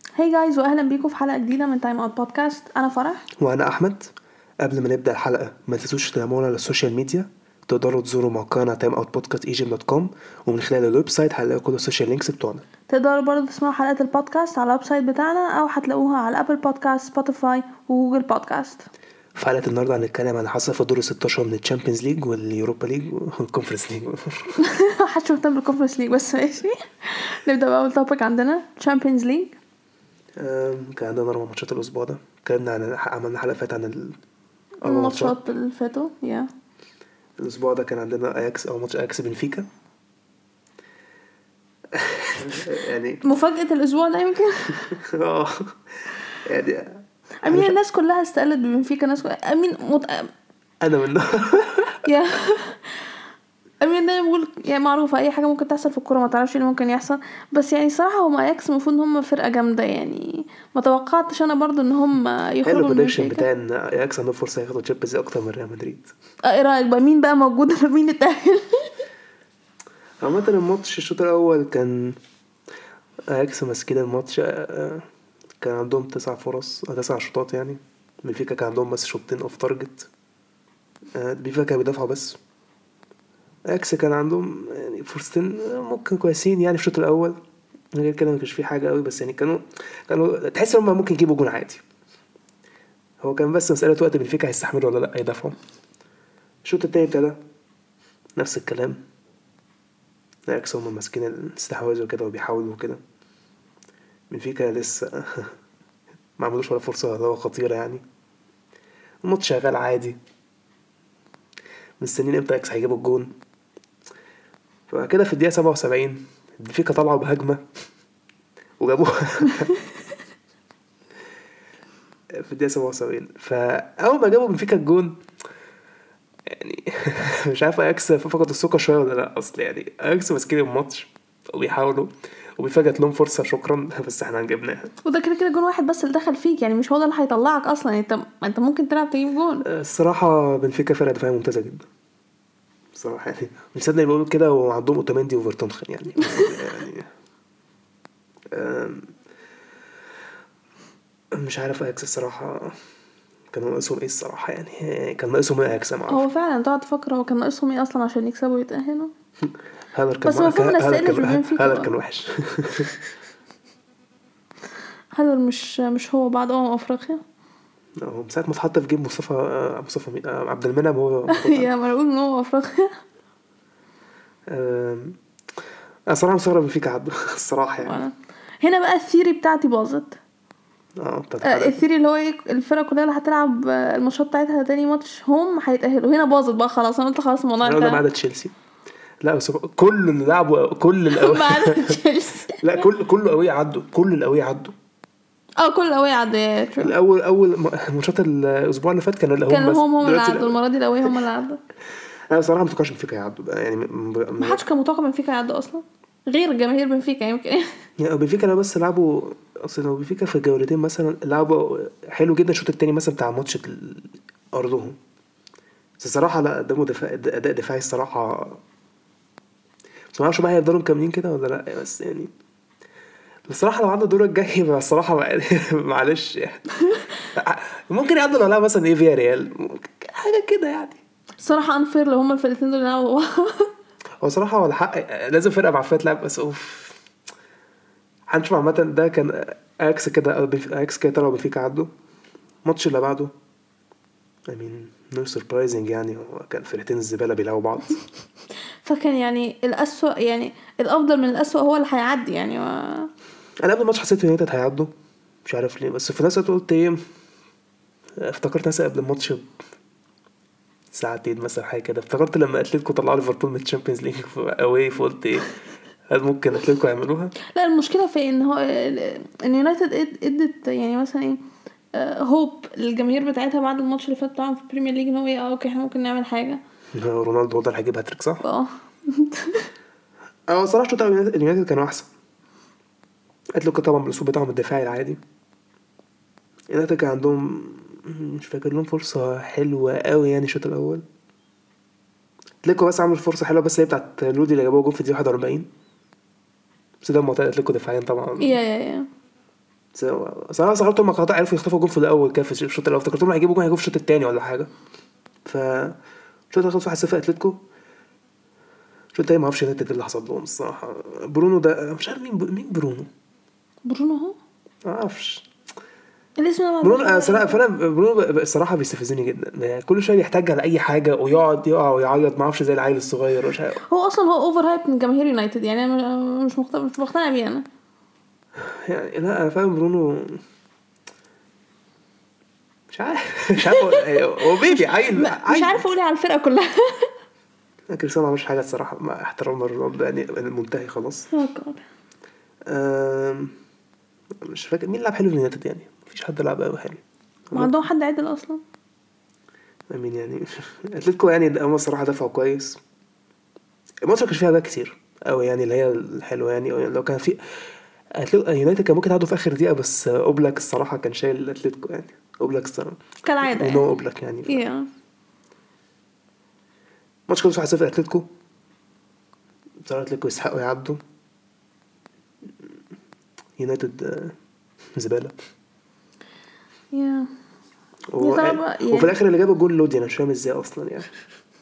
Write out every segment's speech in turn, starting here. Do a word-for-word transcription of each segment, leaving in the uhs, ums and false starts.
هاي جايز واهلا بيكم في حلقه جديده من تايم اوت بودكاست. انا فرح وانا احمد. قبل ما نبدا الحلقه ما تنسوش تتابعونا على السوشيال ميديا. تقدروا تزوروا موقعنا تايم اوت بودكاست ايجيبت دوت كوم، ومن خلال الويب سايت هتلاقوا كل السوشيال لينكس بتوعنا. تقدروا برضه تسمعوا حلقات البودكاست على الويب سايت بتاعنا او هتلاقوها على ابل بودكاست، سبوتيفاي وجوجل بودكاست. في حلقه النهارده هنتكلم عن اللي حصل في الدور ستاشر من الشامبيونز ليج واليوروبا ليج والكونفرنس ليج. محدش مهتم بالكونفرنس ليج بس ماشي. نبدا باول توبيك عندنا تشامبيونز ليج. كان عندنا اربع ماتشات الاسبوع ده. اتكلمنا عن عملنا حلقه فاتت عن ال- الماتشات اللي فاتوا يا الاسبوع ده. كان عندنا اياكس او ماتش اياكس بنفيكا. يعني مفاجاه الاسبوع ده يمكن. اه يعني امين الناس كلها استقلت ببنفيكا. الناس كلها امين مت... انا منه. يا امين ده بقول يعني معروفه اي حاجه ممكن تحصل في الكوره، ما تعرفش اللي ممكن يحصل. بس يعني صراحه هم اياكس المفروض ان هم فرقه جامده، يعني ما توقعتش انا برضو ان هم يخرجوا من البريدكشن بنفيكا. بتاع ان اياكس عنده فرصه ياخدوا تشامبيونز اكتر من ريال مدريد. اه، ايه رايك بقى؟ مين بقى موجود؟ مين اتاهل؟ عامة الماتش الشوط الأول كان أياكس ماسكين الماتش. آه، كان عندهم تسع فرص أو تسع شوطات يعني. بنفيكا كان عندهم بس شوطين اوف تارجت. بنفيكا كانوا بيدافعوا بس. أياكس كان عندهم يعني فرصتين ممكن كويسين يعني في الشوط الأول. غير كده ما كانش فيه حاجة قوي، بس يعني كانوا كانوا تحس إن هم ممكن يجيبوا جون عادي. هو كان بس مسألة وقت بنفيكا هيستحملوا ولا لأ يدافعوا. الشوط التاني ابتدى نفس الكلام. أياكس هم ماسكين الاستحواذ وكده وبيحاولوا وكده. بنفيكا لسه ما عملوش ولا فرصة خطيرة يعني. الماتش شغال عادي، مستنيين امتى اكس هيجيبوا الجون. فكده في الدقيقة سبعة وسبعين بنفيكا طلعوا بهجمة وجابوها. في الدقيقة سبعة وسبعين فأول ما جابوا بنفيكا الجون يعني مش عارف اكس فقد الثقة شوية ولا لا. أصل يعني اكس ماسكين الماتش وبيحاولوا وبيفاجئت لهم فرصة شكرا بس احنا جبناها. وده كده كده جون واحد بس اللي دخل فيك، يعني مش هو ده اللي هيطلعك اصلا. انت انت ممكن تلعب تجيب جون. الصراحة بنفيكا فرقة دفاعية ممتازة جدا صراحة يعني. مش صدق بيقولوا كده وعندهم اوتوماندي وفرتونخن يعني. يعني مش عارف اكس الصراحة كانوا ناقصهم ايه الصراحة يعني. كان ناقصهم ايه اكس؟ هو فعلا تقعد تفكر هو كان ناقصهم ايه اصلا عشان يكسبوا ويتأهلوا. هالر كان بس المفروض ما هالر نستقلش كان ببنفيكا هالر بقى. كان وحش. هل مش مش هو بعد امم افريقيا؟ هو من ساعة ما اتحط في جيم مصطفى مصطفى مين آه، عبد المنعم هو يا ما نقول ان هو افريقيا. آم، انا صراحة مستغرب فيك عبد الصراحة يعني. وانا هنا بقى الثيري بتاعتي باظت. اه بتاعت آه، الحلقة. الثيري اللي هو ايه، الفرقه كلها اللي هتلعب آه، الماتشات بتاعتها تاني ماتش هم هيتأهلوا. هنا باظت بقى خلاص. انا قلت خلاص الموضوع انا ما انتهى. عدا تشيلسي. لا بس كل اللي لعبوا كل الأو... ما عدا تشيلسي. لا كل كله قوي عدوا. كل القوي عدوا. اه كل قوي عدوا. الاول اول ماتشات الاسبوع اللي فات كانوا اللي هم كانوا بس هم هم اللي دلوقتي عدوا. المره دي القوي هم اللي عدوا. انا بصراحة متوقعش فيك يعدوا بقى يعني. ما حدش كان متوقع بنفيكا يعدوا اصلا غير جماهير بنفيكا يمكن. يعني بنفيكا انا بس لعبوا اصل لو بنفيكا في الجولتين مثلا لعبوا حلو جدا. الشوط التاني مثلا بتاع ماتش ارضهم بس الصراحه لا قدموا دفاع اداء دفاعي الصراحه. بس ما اعرفش بقى هيفضلوا مكملين كده ولا لا. بس يعني الصراحه لو عدوا الدور الجاي بقى الصراحه بقى معلش يعني. ممكن يعدوا لو لعبوا مثلا ايه فيا ريال حاجه كده يعني. الصراحه انفير لو هم الفرقتين دول يلعبوا. هو صراحه ولا حق لازم فرقه مع فات لعب بس اوف. هنشوف عامه. ده كان اكس كده اكس كده طلعوا بنفيكا عدوا. الماتش اللي بعده I mean no surprising يعني. هو كان فرقتين الزبالة بيلعبوا بعض. فكان يعني الأسوأ، يعني الأفضل من الأسوأ هو اللي هيعدي يعني و... أنا قبل الماتش حسيت إن يونايتد هيعدوا مش عارف ليه. بس في نفس الوقت قلت إيه، افتكرت ناس قبل الماتش ساعتين مثلا حاجة كده. افتكرت لما أتلتيكو طلعوا ليفربول من الشامبيونز ليج أواي فقلت إيه هل ممكن أتلتيكو يعملوها؟ لا المشكلة في إن هو إن يونايتد ادت يعني مثلا إيه هوب الجماهير بتاعتها بعد الماتش اللي فات بتاعهم في البريمير ليج إن هو إيه أوكي إحنا ممكن نعمل حاجة. رونالدو هو ده اللي هيجيب هاتريك صح؟ اه أه صراحة شوط اليونايتد كانوا أحسن. أتلتيكو طبعا بالأسلوب بتاعهم الدفاعي العادي. اليونايتد كان عندهم مش فاكر لهم فرصة حلوة قوي يعني الشوط الأول. أتلتيكو بس عمل فرصة حلوة بس هي بتاعت لودي اللي جابوها جول في الدقيقة واحد وأربعين. بس ده معتاد أتلتيكو دفاعيا طبعا يا يا يا صراحه صراحه ما قطع عرفوا يخطفوا جول في الاول كده في الشوط الاول افتكرتهم هيجيبوا جول هيجيبوا في الشوط الثاني ولا حاجه ف الشوط الاول واحد صفر اتلتيكو الشوط الثاني ما اعرفش ايه اللي حصل لهم الصراحه برونو ده مش عارف مين مين برونو برونو اهو ما اعرفش الاسم ده برونو آه، صراحه فانا برونو الصراحه بيستفزني جدا كل شويه يحتاج على اي حاجه ويقعد يقع ويعيط ما اعرفش زي العيل الصغير مش عارف هو اصلا هو اوفر هايب من جماهير يونايتد يعني انا مش مقتنع مش مقتنع بيه انا يعني لا انا فاهم برونو مش عارف مش عارف هو بيبي عيل مش عارف اقول على الفرقه كلها كريستيانو ما عملش حاجه الصراحه مع احترام رونالدو يعني منتهي خلاص أم... مش فاكر مين لعب حلو في اليونايتد يعني مفيش حد لعب قوي حلو ما عندهم حد عدل اصلا مين يعني اتلتيكو يعني هم الصراحه دفعوا كويس الماتش كانش فيها بقى كتير قوي يعني اللي هي الحلوه يعني لو كان في يونايتد كان ممكن يعدوا في اخر دقيقه بس اوبلاك الصراحه كان شايل اتلتيكو يعني اوبلاك الصراحه كالعاده يعني اوبلاك يعني ف... yeah. ماتش كان واحد صفر اتلتيكو صراحه اتلتيكو يستحقوا يعدوا يونايتد زباله يا yeah. و... yeah. وفي الاخر اللي جاب الجول لودي انا مش فاهم ازاي اصلا يعني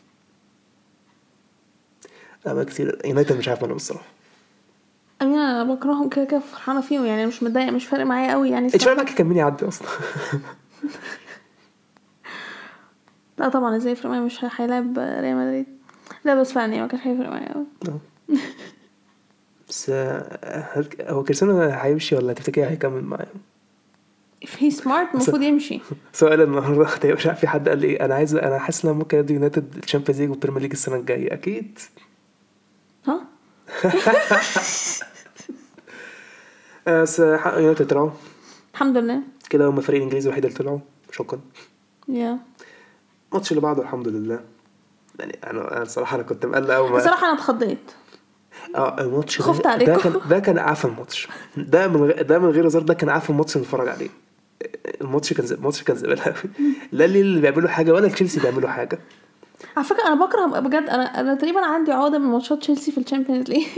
اما كتير يونايتد مش عارف انا بصراحه انا بكرههم كده كده فرحانه فيهم يعني مش متضايقه مش فارق معايا قوي يعني ايش فاهمك كان مين يعدي اصلا لا طبعا ازاي يفرق معايا مش هيلعب ريال مدريد لا بس فعلا ما كانش هيفرق معايا قوي بس هو كريستيانو هيمشي ولا تفتكر هيكمل معايا if he smart المفروض يمشي سؤال النهارده مش عارف في حد قال لي انا عايز انا حاسس ان ممكن ادي يونايتد الشامبيونز ليج والبريمير ليج السنه الجايه اكيد ها بس حق يونايتد طلعوا الحمد لله كده هم فريق انجليزي وحيد اللي طلعوا شكرا يا الماتش اللي بعده الحمد لله يعني انا انا الصراحه انا كنت مقلق قوي بصراحه انا اتخضيت اه الماتش خفت ده, عليكم ده كان ده كان عفن الماتش ده من غير ده من غير هزار ده كان عفن الماتش نتفرج عليه الماتش كان الماتش كان زباله قوي لا اللي بيعملوا حاجه ولا تشيلسي بيعملوا حاجه على فكره انا بكره بجد انا انا تقريبا عندي عقده من ماتشات تشيلسي في الشامبيونز ليج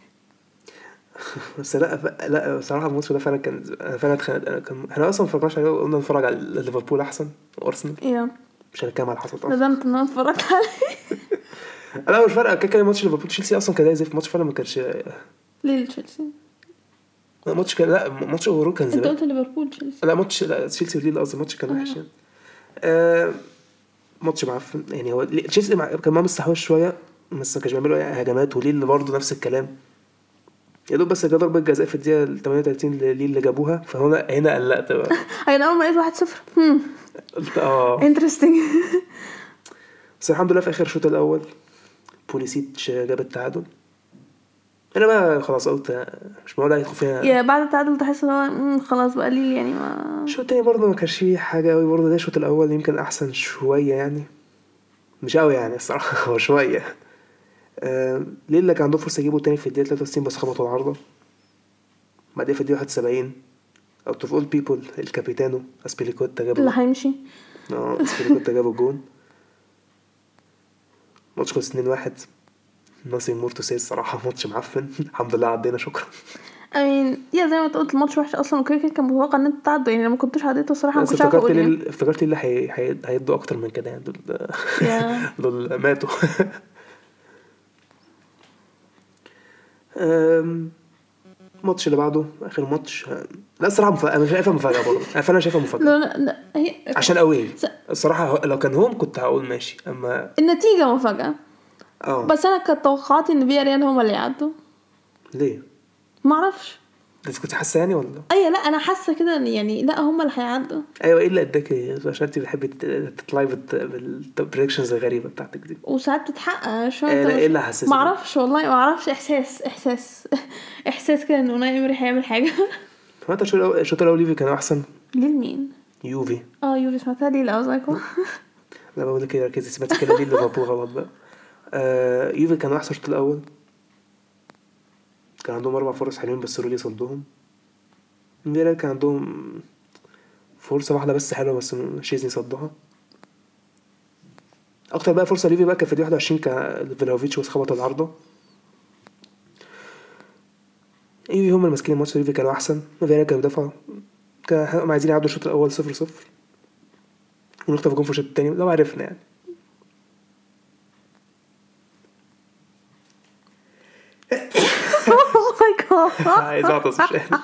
بس لا لا بصراحه الماتش ده فعلا كان فعلا اتخانق انا كان احنا اصلا ما فكرناش عليه قلنا نتفرج على ليفربول احسن وارسنال ايوه مش هنتكلم على اللي حصل اصلا ندمت ان انا اتفرجت عليه انا مش فارقه كده ماتش ليفربول تشيلسي اصلا كان زي في ماتش فعلا ما كانش ليه تشيلسي ماتش كان لا ماتش اوفرول كان انت قلت ليفربول تشيلسي لا ماتش لا تشيلسي وليل قصدي ماتش كان وحش يعني آه ماتش معفن يعني هو تشيلسي كان ما مستحوذ شويه بس ما كانش بيعملوا هجمات وليل برضه نفس الكلام يا دوب بس جه ضربه جزاء في الدقيقه ثمانية وثلاثين لليل اللي جابوها فهنا هنا قلقت بقى انا اول ما لقيت واحد صفر قلت اه انترستينج بس الحمد لله في اخر الشوط الاول بوليسيتش جاب التعادل انا بقى خلاص قلت مش معقول هيدخل فيها يا بعد التعادل تحس ان هو خلاص بقى ليل يعني ما الشوط الثاني برضه ما كانش فيه حاجه قوي برضه ده الشوط الاول يمكن احسن شويه يعني مش قوي يعني الصراحه هو شويه آه ليل كان عنده فرصه يجيبه تاني في الدقيقه ثلاثة وستين بس خبطوا العارضه بعدين في الدقيقه واحد وسبعين او تو اول بيبل الكابيتانو اسبيليكوتا جاب اللي هيمشي اه اسبيليكوتا جاب الجون ماتش خلص اتنين واحد ناصر مورتو سي الصراحه ماتش معفن الحمد لله عدينا شكرا امين يا زي ما انت قلت الماتش وحش اصلا وكده كان متوقع ان انت تعدي يعني لما كنتش عديته الصراحه ما كنتش عارفه اقول افتكرت افتكرت اللي هي هيدوا اكتر من كده يعني دول دول ماتوا الماتش اللي بعده اخر ماتش لا الصراحه مفاجاه انا شايفها مفاجاه برضه انا فعلا شايفها مفاجاه لا لا لا هي عشان قوي س... الصراحه لو كان هوم كنت هقول ماشي اما النتيجه مفاجاه اه بس انا كنت توقعاتي ان فياريال هم اللي يعدوا ليه ما اعرفش انت كنت حاسه يعني ولا ايوه لا انا حاسه كده يعني لا هم اللي هيعدوا ايوه ايه اللي اداك عشان انت بتحبي تطلعي بالبريدكشنز الغريبه بتاعتك دي وساعات تتحقق شويه ايه اللي حاسس ما اعرفش والله ما اعرفش احساس احساس احساس كده انه نايم ريح يعمل حاجه هو انت شو الشوط الاول ليفي كان احسن لمين يوفي اه يوفي سمعتها ليه الاوزايكو لا بقول لك ركزي سمعتي كده ليه ليفربول غلط بقى آه يوفي كان احسن الشوط الاول كان عندهم اربع فرص حلوين بس رولي صدهم فياريال كان عندهم فرصه واحده بس حلوه بس شيزني صدها اكتر بقى فرصه ليفي بقى كانت في الدقيقه واحد وعشرين كان فيلوفيتش وخبط العارضه ايوه هم المسكين الماتش ليفي كانوا احسن فياريال كانوا بيدافعوا كان هم عايزين يعدوا الشوط الاول صفر صفر ونخطف جون في الشوط الثاني لو عرفنا يعني. oh my god عايز اعطس مش قادر.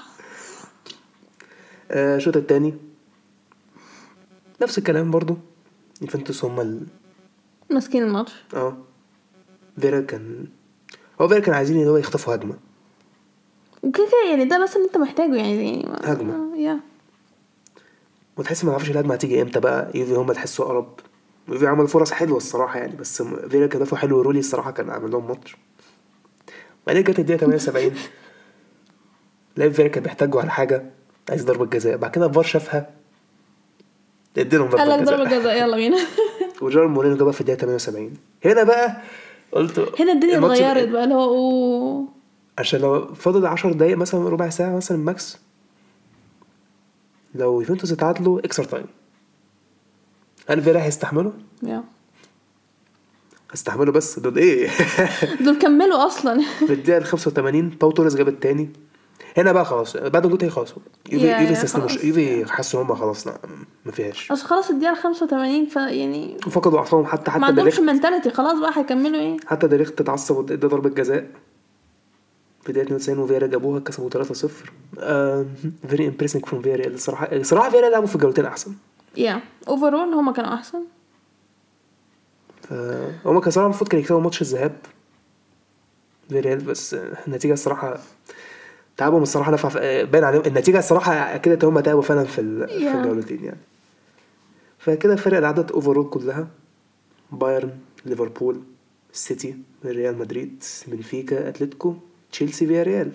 آه، الشوط الثاني نفس الكلام برضو، يوفنتوس هم ال... ماسكين الماتش. اه فيرا كان هو فيرا كان عايزين ان هو يخطفوا هجمه وكده كده يعني ده بس اللي انت محتاجه يعني يعني ما- هجمة. يا وتحس ما تعرفش الهجمه هتيجي امتى بقى. يوفي هم تحسوا اقرب، يوفي عمل فرص حلوه الصراحه يعني، بس م- فيرا كان دفعه حلو. رولي الصراحه كان عامل لهم ماتش. بعدين جت الدقيقه ثمانية وسبعين لعب فيرا كان بيحتاجوا على حاجه، عايز ضربه جزاء. بعد كده فار شافها اديلهم قال ضربه لك ضربة جزاء جزاء يلا بينا. وجار مورينو جابها في الدقيقه ثمانية وسبعين. هنا بقى قلت هنا الدنيا الماتش بقى- اتغيرت بقى اللي هو اوه عشان لو فاضل عشر دقايق مثلا ربع ساعه مثلا ماكس، لو يوفنتوس اتعادلوا اكسترا تايم، هل فيرا هيستحملوا؟ يا هيستحملوا بس دول ايه؟ دول كملوا اصلا. في الدقيقه خمسة وثمانين باو توريس جاب الثاني. هنا بقى خلاص بعد الجول خلاص يوفي يا- يوفي يا استسلموا، خلاص. يوفي حسوا هم خلاص لا ما فيهاش، اصل خلاص الدقيقة خمسة وثمانين فيعني فقدوا اعصابهم. حتى ما حتى عندهمش ديليخت منتاليتي خلاص بقى هيكملوا ايه. حتى ديليخت اتعصب وادى ضربه جزاء في الدقيقه اثنين وتسعين وفيرا جابوها كسبوا ثلاثة صفر. فيري امبريسنج فروم فيرا الصراحه. الصراحه فيرا لعبوا في الجولتين احسن. يا اوفرول هما كانوا احسن. فهم كان صراحه المفروض كانوا يكسبوا ماتش الذهاب فيريال، بس النتيجه الصراحه تعبهم الصراحه نفع في- باين عليهم النتيجه الصراحه كده هم تعبوا فعلا في ال- في Yeah. الجولتين يعني. فكده فرق العدد اوفرول كلها بايرن، ليفربول، السيتي، ريال مدريد، بنفيكا، اتلتيكو، تشيلسي، فياريال.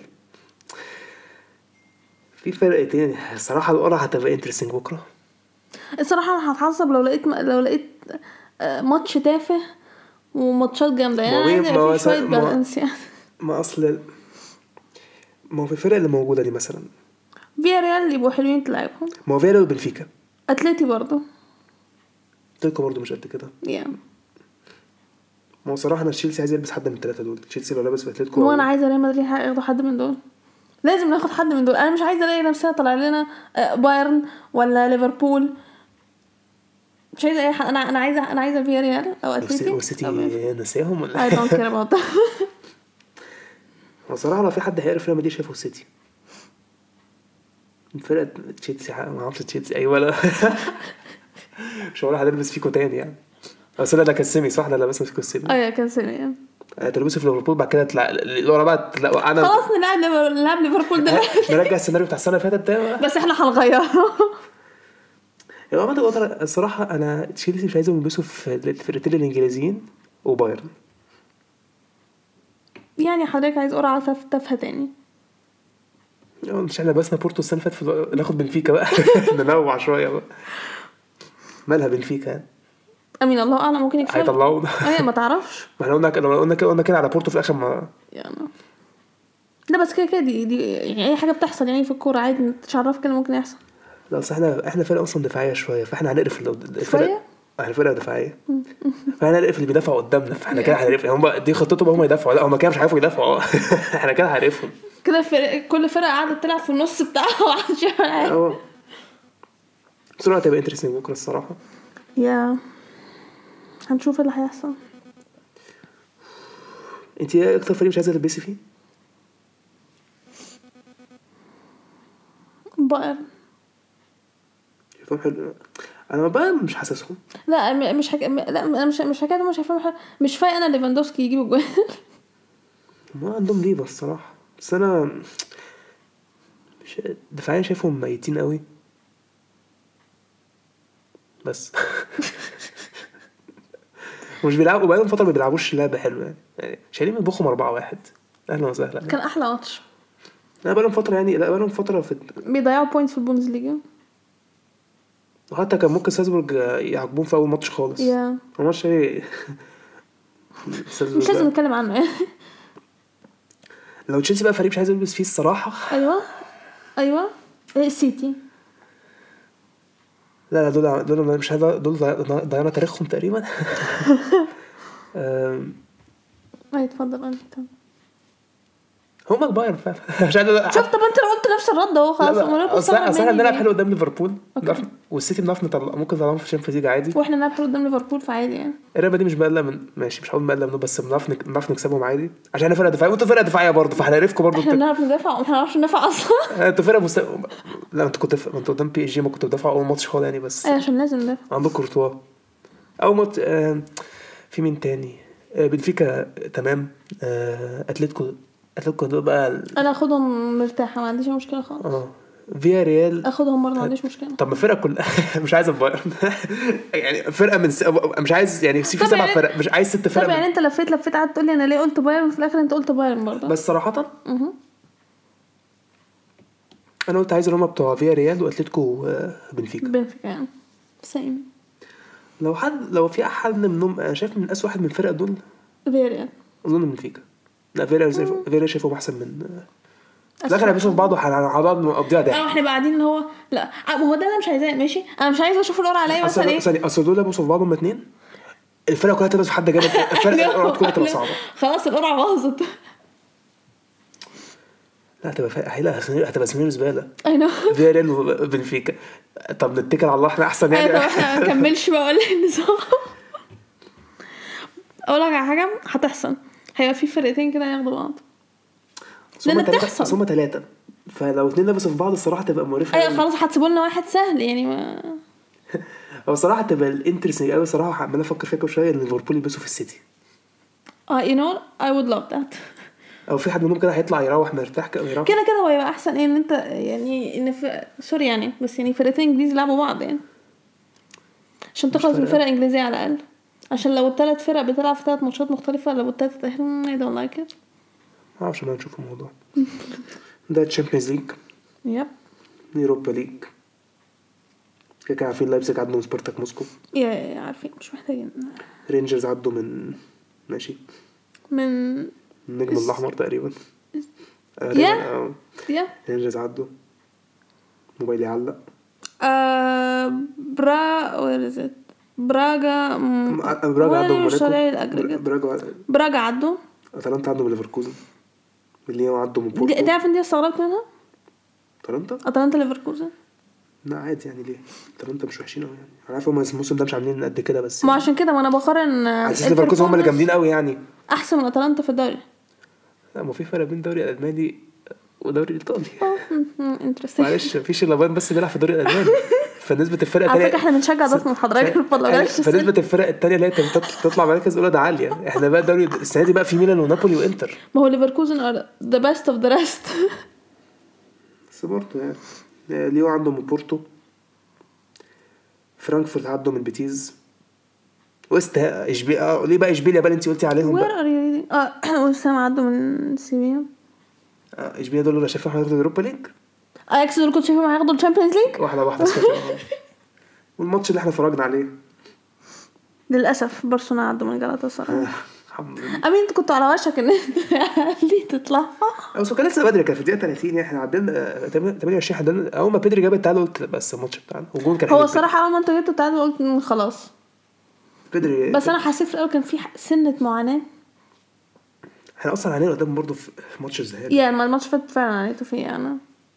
في فرق تاني الصراحه القرعه هتبقى انترستنج بكره. الصراحة انا هتعصب لو لقيت لو لقيت آه، ماتش تافه وماتشات جامدة يعني. ما هو انا إيه- عايزة ما هو يبقى في شوية ما- بالانس يعني. ما اصل ما هو في الفرق اللي موجوده دي مثلا فيا ريال يبقوا حلوين تلعبهم. ما هو فياريال وبنفيكا. اتلتي برضو اتلتيكو برضه مش قد كده. يا ما هو صراحه انا تشيلسي عايز يلبس حد من الثلاثه دول. تشيلسي لو لابس في اتلتيكو وانا عايزة ريال مدريد ياخدوا حد من دول. لازم ناخد حد من دول. انا مش عايزة الاقي نفسها طلع لنا آه، بايرن ولا ليفربول. مش عايزة اي حد. انا انا عايزة انا عايزة فيا ريال او اتلتي. والسيتي نسيهم ولا I don't care about that. هو صراحه لو في حد هيعرف ريال مدريد شايفه السيتي. فرقه تشيلسي ما اعرفش تشيلسي اي ولا مش هقول هنلبس فيكو تاني يعني. بس انا ده كان سيمي صح، ده لابسنا فيكو السيمي. ايوه كان سيء. تلبسوا في ليفربول بعد كده تطلع اللي ورا بقى تلاقوا انا خلاص نلعب ليفر- نلعب ليفربول دلوقتي. نرجع السيناريو بتاع السنه اللي فاتت ده. بس احنا هنغيره. يا جماعه الوطن الصراحه انا تشيلسي مش عايزهم يلبسوا في الفرقتين الانجليزيين وبايرن. يعني حضرتك عايز قرعة تف- تافهة تاني. يعني مش احنا لبسنا بورتو السنه اللي فاتت في... ناخد بنفيكا بقى ننوع شويه بقى. مالها بنفيكا امين الله اعلم ممكن يكسب. هيطلعونا. ايه ما تعرفش ما احنا قلنا لو قلنا كده قلنا كده على بورتو في الاخر ما يعني. لا بس كده كده دي, دي يعني اي حاجه بتحصل يعني في الكوره عادي تشرف كده ممكن يحصل. لا اصل احنا احنا فرقه اصلا دفاعيه شويه، فاحنا هنقرف لو شوية؟ الفرقه احنا فرقه دفاعيه فاحنا هنقرف اللي بيدافعوا قدامنا. فاحنا كده هنقرف هم دي خطتهم هم يدافعوا. لا هم كده مش عارفوا يدافعوا. احنا كده هنقرفهم. كده فرق كل فرقه قاعده تلعب في النص بتاعها ومحدش يعمل حاجه. اه بصراحه هتبقى انترستنج بكره الصراحه. يا هنشوف اللي هيحصل. انت ايه اكتر فريق مش عايزه تلبسي فيه؟ بايرن. شايفهم حلو. انا بقى مش حاسسهم. لا م- مش حك... م- لا انا مش مش حكايه مش شايفاهم حلو. مش فايق انا ليفاندوفسكي يجيب الجول. ما عندهم ليفا الصراحه، بس انا مش دفاعيا شايفهم ميتين قوي بس. مش بيلعبوا بقالهم فتره ما بيلعبوش لعبه حلوه يعني, يعني شايلين من بخهم أربعة واحد. اهلا وسهلا. كان احلى ماتش. لا بقالهم فتره يعني لا بقالهم فتره في بيضيعوا بوينتس في البوندسليجا. وحتى كان ممكن سالزبورج يعاقبون في اول ماتش خالص. يا هو ماتش ايه؟ مش لازم نتكلم عنه يعني. لو تشيلسي بقى فريق مش عايز يلبس فيه الصراحه. ايوه ايوه السيتي. لا لا دول دول مش هذا دول ضيعنا تاريخهم تقريبا. اي اتفضل انت. هما البايرن فعلا. مش عارف شفت طب انت قلت نفس الرد اهو خلاص. اصل احنا بنلعب حلو قدام ليفربول والسيتي بنعرف نطلع ممكن نطلعهم في الشامبيونز ليج عادي واحنا بنلعب حلو قدام ليفربول فعادي يعني. الريال دي مش بقلة من ماشي مش هقول بقلة منه بس بنعرف نك... بنعرف نكسبهم عادي عشان احنا فرقه دفاعيه وانتوا فرقه دفاعيه برضه فهنعرفكم برضه. احنا بنعرف ندافع واحنا ما بنعرفش ندافع اصلا. انتوا فرقه مست... لا انتوا كنتوا ف... انتوا قدام بي اس جي ما كنتوا بتدافعوا اول ماتش خالص يعني بس ايوه عشان لازم ندافع. عندكم كورتوا اول ماتش آه... في مين تاني آه... بنفيكا تمام آه... اتلتيكو اتلتيكو دول بقى ال... انا اخدهم مرتاحه ما عنديش مشكله خالص. اه فيا ريال اخدهم برضه ما عنديش مشكله. طب ما فرقه كلها مش عايز البايرن يعني فرقه من س... مش عايز يعني في سبع يعني... فرق مش عايز ست فرق. طب يعني انت لفيت لفيت قعدت تقول لي انا ليه قلت بايرن في الاخر انت قلت بايرن برضه. بس صراحه اها انا قلت عايز هما بتوع فيا ريال واتلتيكو بنفيكا بنفيكا يعني سيم. لو حد لو في احد منهم انا شايف من اسوء واحد من الفرق دول فيا ريال اظن بنفيكا. لا فيا ريال فيا ريال شايفهم احسن من في الاخر هيبصوا بعض وهنقعد نقضيها ده. اه احنا قاعدين اللي هو لا ما هو ده انا مش عايزاه ماشي انا مش عايزه اشوف القرعه عليا مثلا ايه ثاني اصل دول بصوا بعضهم الاثنين الفرقه كلها تبقى في حد جامد الفرقه كلها تبقى صعبه خلاص القرعه باظت. لا هتبقى هيلا هتبقى سمير زباله. اي نو فيا ريال وبنفيكا. طب نتكل على الله احنا احسن يعني. طب احنا ما نكملش بقى ولا النظام. اقول لك على حاجه هتحصل هيبقى في فرقتين كده ياخدوا بعض لان بتحصل ثم ثلاثه فلو اثنين لبسوا في بعض الصراحه تبقى مقرفه. ايوه خلاص هتسيبوا لنا واحد سهل يعني ما هو الصراحه تبقى الانترستنج قوي صراحه عمال افكر فيها كل شويه ان ليفربول يلبسوا في السيتي. اه يو نو اي وود لاف ذات. او في حد منهم كده هيطلع يروح مرتاح كده يروح كده كده هو يبقى احسن ان انت يعني ان في سوري يعني بس يعني فرقتين انجليزي يلعبوا بعض يعني عشان تخلص من فرقه انجليزيه على الاقل عشان لو الثلاث فرق بتلعب في ثلاث ماتشات مختلفه لو الثلاث تاهلوا I don't like it. ما اعرفش ما نشوف الموضوع ده تشامبيونز ليج يب يوروبا ليج كده كده عارفين لايبزيج عدوا من سبارتاك موسكو يا عارفين مش محتاجين. رينجرز عدوا من ماشي من النجم اس... الأحمر تقريبا يا يا رينجرز عدوا موبايلي علق آه برا ورزت براغا م... براغا عدوا من موناكو براغا براغا عدوا اتلانتا عدوا من ليفركوزن اللي هو عدوا من بورتو. تعرف ان دي استغربت منها اتلانتا اتلانتا ليفركوزن لا عادي يعني ليه اتلانتا مش وحشين قوي يعني انا عارف هم الموسم ده مش عاملين قد كده بس ما عشان كده ما انا بقارن اساس ليفركوزن هم اللي جامدين قوي يعني احسن من اتلانتا في الدوري. لا ما في فرق بين الدوري الالماني ودوري الايطالي. انترستنج معلش مفيش الا باين بس بيلعب في الدوري الالماني فنسبه الفرق الثانيه على فكره احنا بنشجع ضغط من حضرتك والله فنسبه الفرق الثانيه اللي هي تطلع مركز اولى ده عاليه. احنا بقى الدوري السنه دي بقى في ميلان ونابولي وانتر. ما هو ليفركوزن ذا بيست اوف ذا ريست بس برضه يعني ليو عنده من بورتو فرانكفورت عدوا من بيتيز وست اشبيليا ليه بقى اشبيليا بقى انت قلتي عليهم بقى اه وسام عدوا من سيفيا اه اشبيليا دول اللي شايفهم هياخدوا اليوروبا ليج. اياكس دول كنت شايفهم هياخدوا الشامبيونز ليج واحده واحده والماتش اللي احنا فرجنا عليه للاسف برشلونه عدوا من جالاتا سراي. الحمد لله. امين انت كنت على وشك ان اللي تطلع بس كان لسه بدري كان في الدقيقه ثلاثين احنا عدينا ثمانية وعشرين حدنا اول ما بيدري جاب التعادل قلت بس الماتش بتاعنا وجون كان هو الصراحه اول ما انت جبت التعادل قلت خلاص بيدري بس انا حسيت في الاول كان في سنه معاناه. احنا اصلا علينا قدام برضه في ماتش الذهاب يعني ما الماتش فات فعلا عليته فيه انا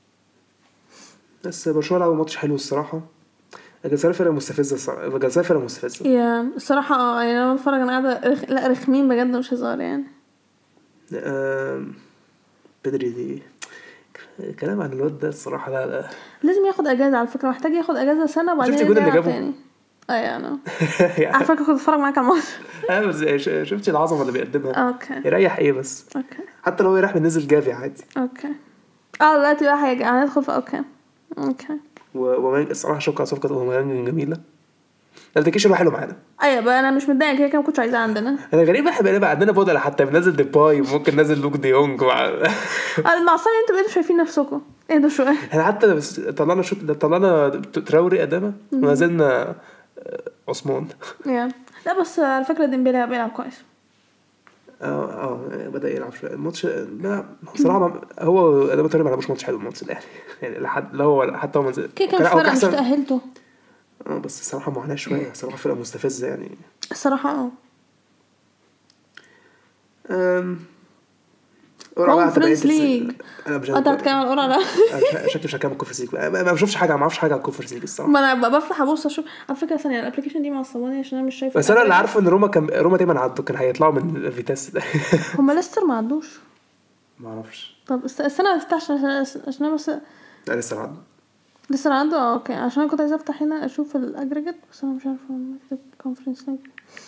بس برشلونه لعبوا ماتش حلو الصراحه. الجزائر فرقه مستفزه الصراحه الجزائر فرقه مستفزه يا الصراحه اه يعني انا بتفرج انا قاعده رخ... لا رخمين بجد مش هزار يعني. امم بدري دي كلام عن الواد ده الصراحه لا لا لازم ياخد اجازه على فكره محتاج ياخد اجازه سنه وبعدين شفت الجول اللي جابه تاني. اي انا على فكره كنت بتفرج معاك على الماتش ايوه بس شفتي العظمه اللي بيقدمها. اوكي يريح ايه بس اوكي حتى لو يريح بننزل جافي عادي. اوكي اه دلوقتي بقى حاجه هندخل في اوكي اوكي ومان الصراحه شكرا صفقه ومان جميله الابلكيشن حلو معانا. ايوه بقى انا مش متضايقه كده كده ما كنتش عايزاه عندنا. انا غريب احنا بقى عندنا بدل حتى بننزل ديباي ممكن ننزل لوك دي يونج مع المعصيه انتوا بقيتوا شايفين نفسكم ايه ده شويه احنا حتى طلعنا شوت طلعنا تراوري قدامه ونزلنا عثمان يا لا بس على فكره ديمبلي بيلعب كويس اه اه بدا يلعب شويه الماتش لا بصراحه هو ادم تريم ما لعبش ماتش حلو الماتش الاهلي يعني لحد لو هو حتى هو منزل كده كان فرق مش تاهلته اه بس الصراحه معاناه شويه صراحه فرقه مستفزه يعني الصراحه اه امم قرعه بقى هتبقى كونفرنس إيه؟ ليج. انا مش انت هتتكلم عن القرعه ده؟ أنا شكلي مش هكمل الكونفرنس ليج. ما ما بشوفش حاجه، ما اعرفش حاجه عن الكونفرنس ليج الصراحه. ما انا ب- بفتح ابص اشوف. على فكره ثانيه الابلكيشن دي معصباني عشان انا مش شايفه. بس انا اللي عارفه ان روما كان روما دايما عدوا، كان هيطلعوا من فيتاس ده. هم ليستر ما عدوش. ما اعرفش. طب است- استنى بس عشان عشان عشان انا بس لا لسه عدوا. لسه عنده. اه اوكي عشان انا كنت عايزه افتح هنا اشوف الاجريجيت بس انا مش عارفه مكتب كونفرنس ليج.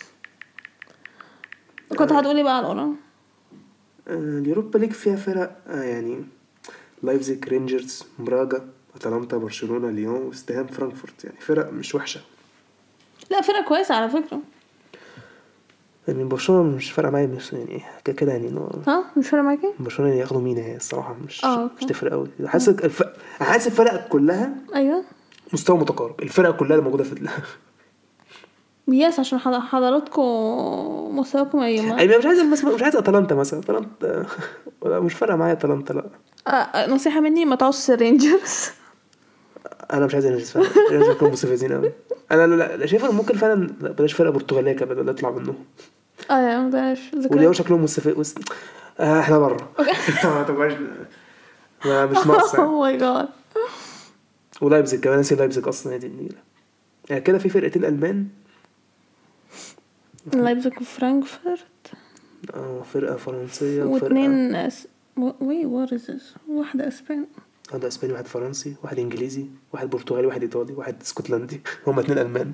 كنت هتقولي بقى على القرعه. آه، اليوروبا ليج فيها فرق آه، يعني لايبزيج، رينجرز، براغا، اتلانتا، برشلونه، ليون، وستهام، فرانكفورت. يعني فرق مش وحشه. لا فرقه كويسه على فكره. يعني برشلونه مش فارقه معايا، مش يعني كده كده يعني إنه ها مش فارقه معاكي. برشلونه ياخدوا مين هي الصراحه مش آه، مش أوكي. تفرق قوي. حاسس الف... حاسس الفرق كلها ايوه مستوى متقارب. الفرق كلها اللي موجوده في ال... يس عشان حض- حضراتكم مستواكم ايوه. يعني مش عايز المس... مش عايز اتلانتا مثلا. اتلانتا لا مش فارقه معايا اتلانتا. لا آه نصيحه مني ما تعوزش الرينجرز. انا مش عايز رينجرز فعلا. رينجرز يكونوا مستفزين قوي. انا لا لا شايف إن ممكن فعلا لا، بلاش فرقه برتغاليه كده بدل نطلع منهم. اه يا بلاش واليوم شكلهم مستفز وس... آه احنا بره. ما تبقاش ما مش ناقصه يعني. اوه ماي جاد. ولايبزيج كمان، ناسي لايبزيج اصلا هي دي النيله. يعني كده في فرقتين المان. لايبزيج وفرانكفورت اه فرقه فرنسيه وفرقه واثنين أس... وي وات از ذس. واحده اسبان. واحد اسباني، واحد فرنسي، واحد انجليزي، واحد برتغالي، واحد ايطالي، واحد اسكتلندي. هما اتنين المان.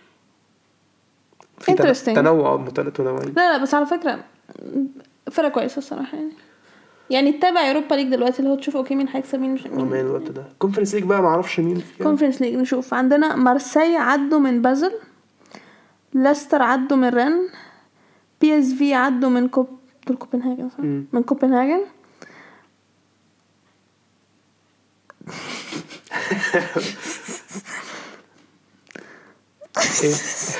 في تن- Interesting. تنوع متنوعين. لا لا بس على فكره فرقه كويسه الصراحه يعني. يعني تتابع اوروبا ليج دلوقتي اللي هو تشوف اوكي مين هيكسب مين مش ومين مين. الوقت ده كونفرنس ليج بقى ما اعرفش مين فيها. كونفرنس ليج نشوف. عندنا مارسيليا عدوا من بازل، ليستر عدوا من رين، بي اس في عدوا من كوب دول كوبنهاجن صح؟ مم. من كوبنهاجن. ايه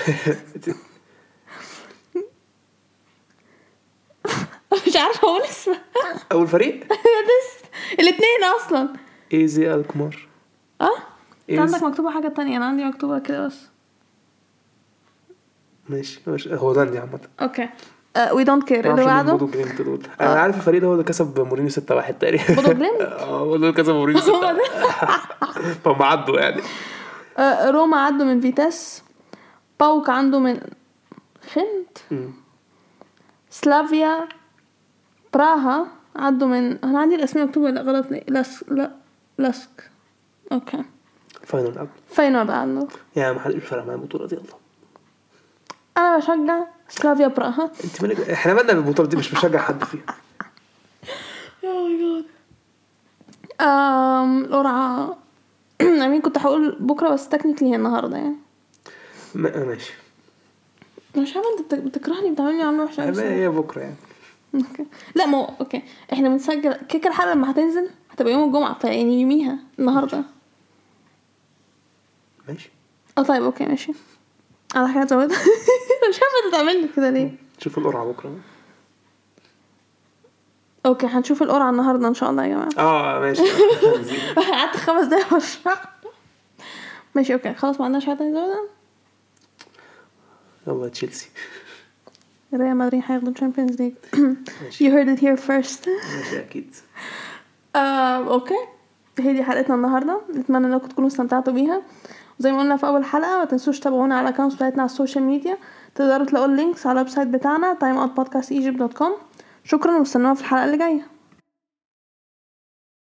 مش عارفه اقول اسمه. اول فريق الاثنين اصلا. ايزي الكمار. اه انت إيز- عندك مكتوبه حاجه تانية، انا عندي مكتوبه كده بس. ماشي ماشي هو ده اللي عامه. اوكي وي دونت كير. اللي معرفش مين بعده بودو جليمت دول. انا عارف الفريق ده هو اللي كسب مورينيو ستة واحد تقريبا. بودو جليمت؟ اه هو اللي كسب مورينيو ستة واحد. فهم عدوا يعني. آه، روما عدوا من فيتاس، باوك عنده من خنت، مم. سلافيا براها عدوا من. انا عندي الاسماء مكتوبه لا غلط ليه. لاس لا لاسك. اوكي فاينل اب فاينل بقى عنده. يا ما حدش فرق معايا البطوله دي. يلا انا بشجع سلافيا براها. انت مالك؟ احنا مالنا بالبطوله دي؟ مش بشجع حد فيها. اوه ماي جاد. امم القرعه امين كنت هقول بكره بس تكنيكلي هي النهارده يعني. ما- ماشي مش عارفه انت بت- بتكرهني بتعملني عامله وحشه أوي ما الصراحة. هي بكره يعني. اوكي لا ما هو اوكي احنا بنسجل كيكه الحلقه لما هتنزل هتبقى يوم الجمعه فيعني يوميها النهارده. ماشي اه طيب اوكي ماشي. على حاجه زودها. مش عارفه انت تعملي كده ليه. شوف القرعه بكره. اوكي هنشوف القرعه النهارده ان شاء الله يا جماعه. اه ماشي. قعدت خمس دقايق بشرح. ماشي اوكي خلاص ما عندناش حاجه تانية نزودها. يلا تشيلسي. ريال مدريد هياخدوا الشامبيونز ليج. ماشي You heard it here first. ماشي اكيد. آه، اوكي هي دي حلقتنا النهارده. نتمنى انكم تكونوا استمتعتوا بيها. وزي ما قلنا في اول حلقه ما تنسوش تتابعونا على الاكونت بتاعتنا على السوشيال ميديا. تقدروا تلاقوا اللينكس على الويب سايت بتاعنا تايم اوت بودكاست ايجيبت دوت كوم. شكرا واستنونا في الحلقه اللي جايه.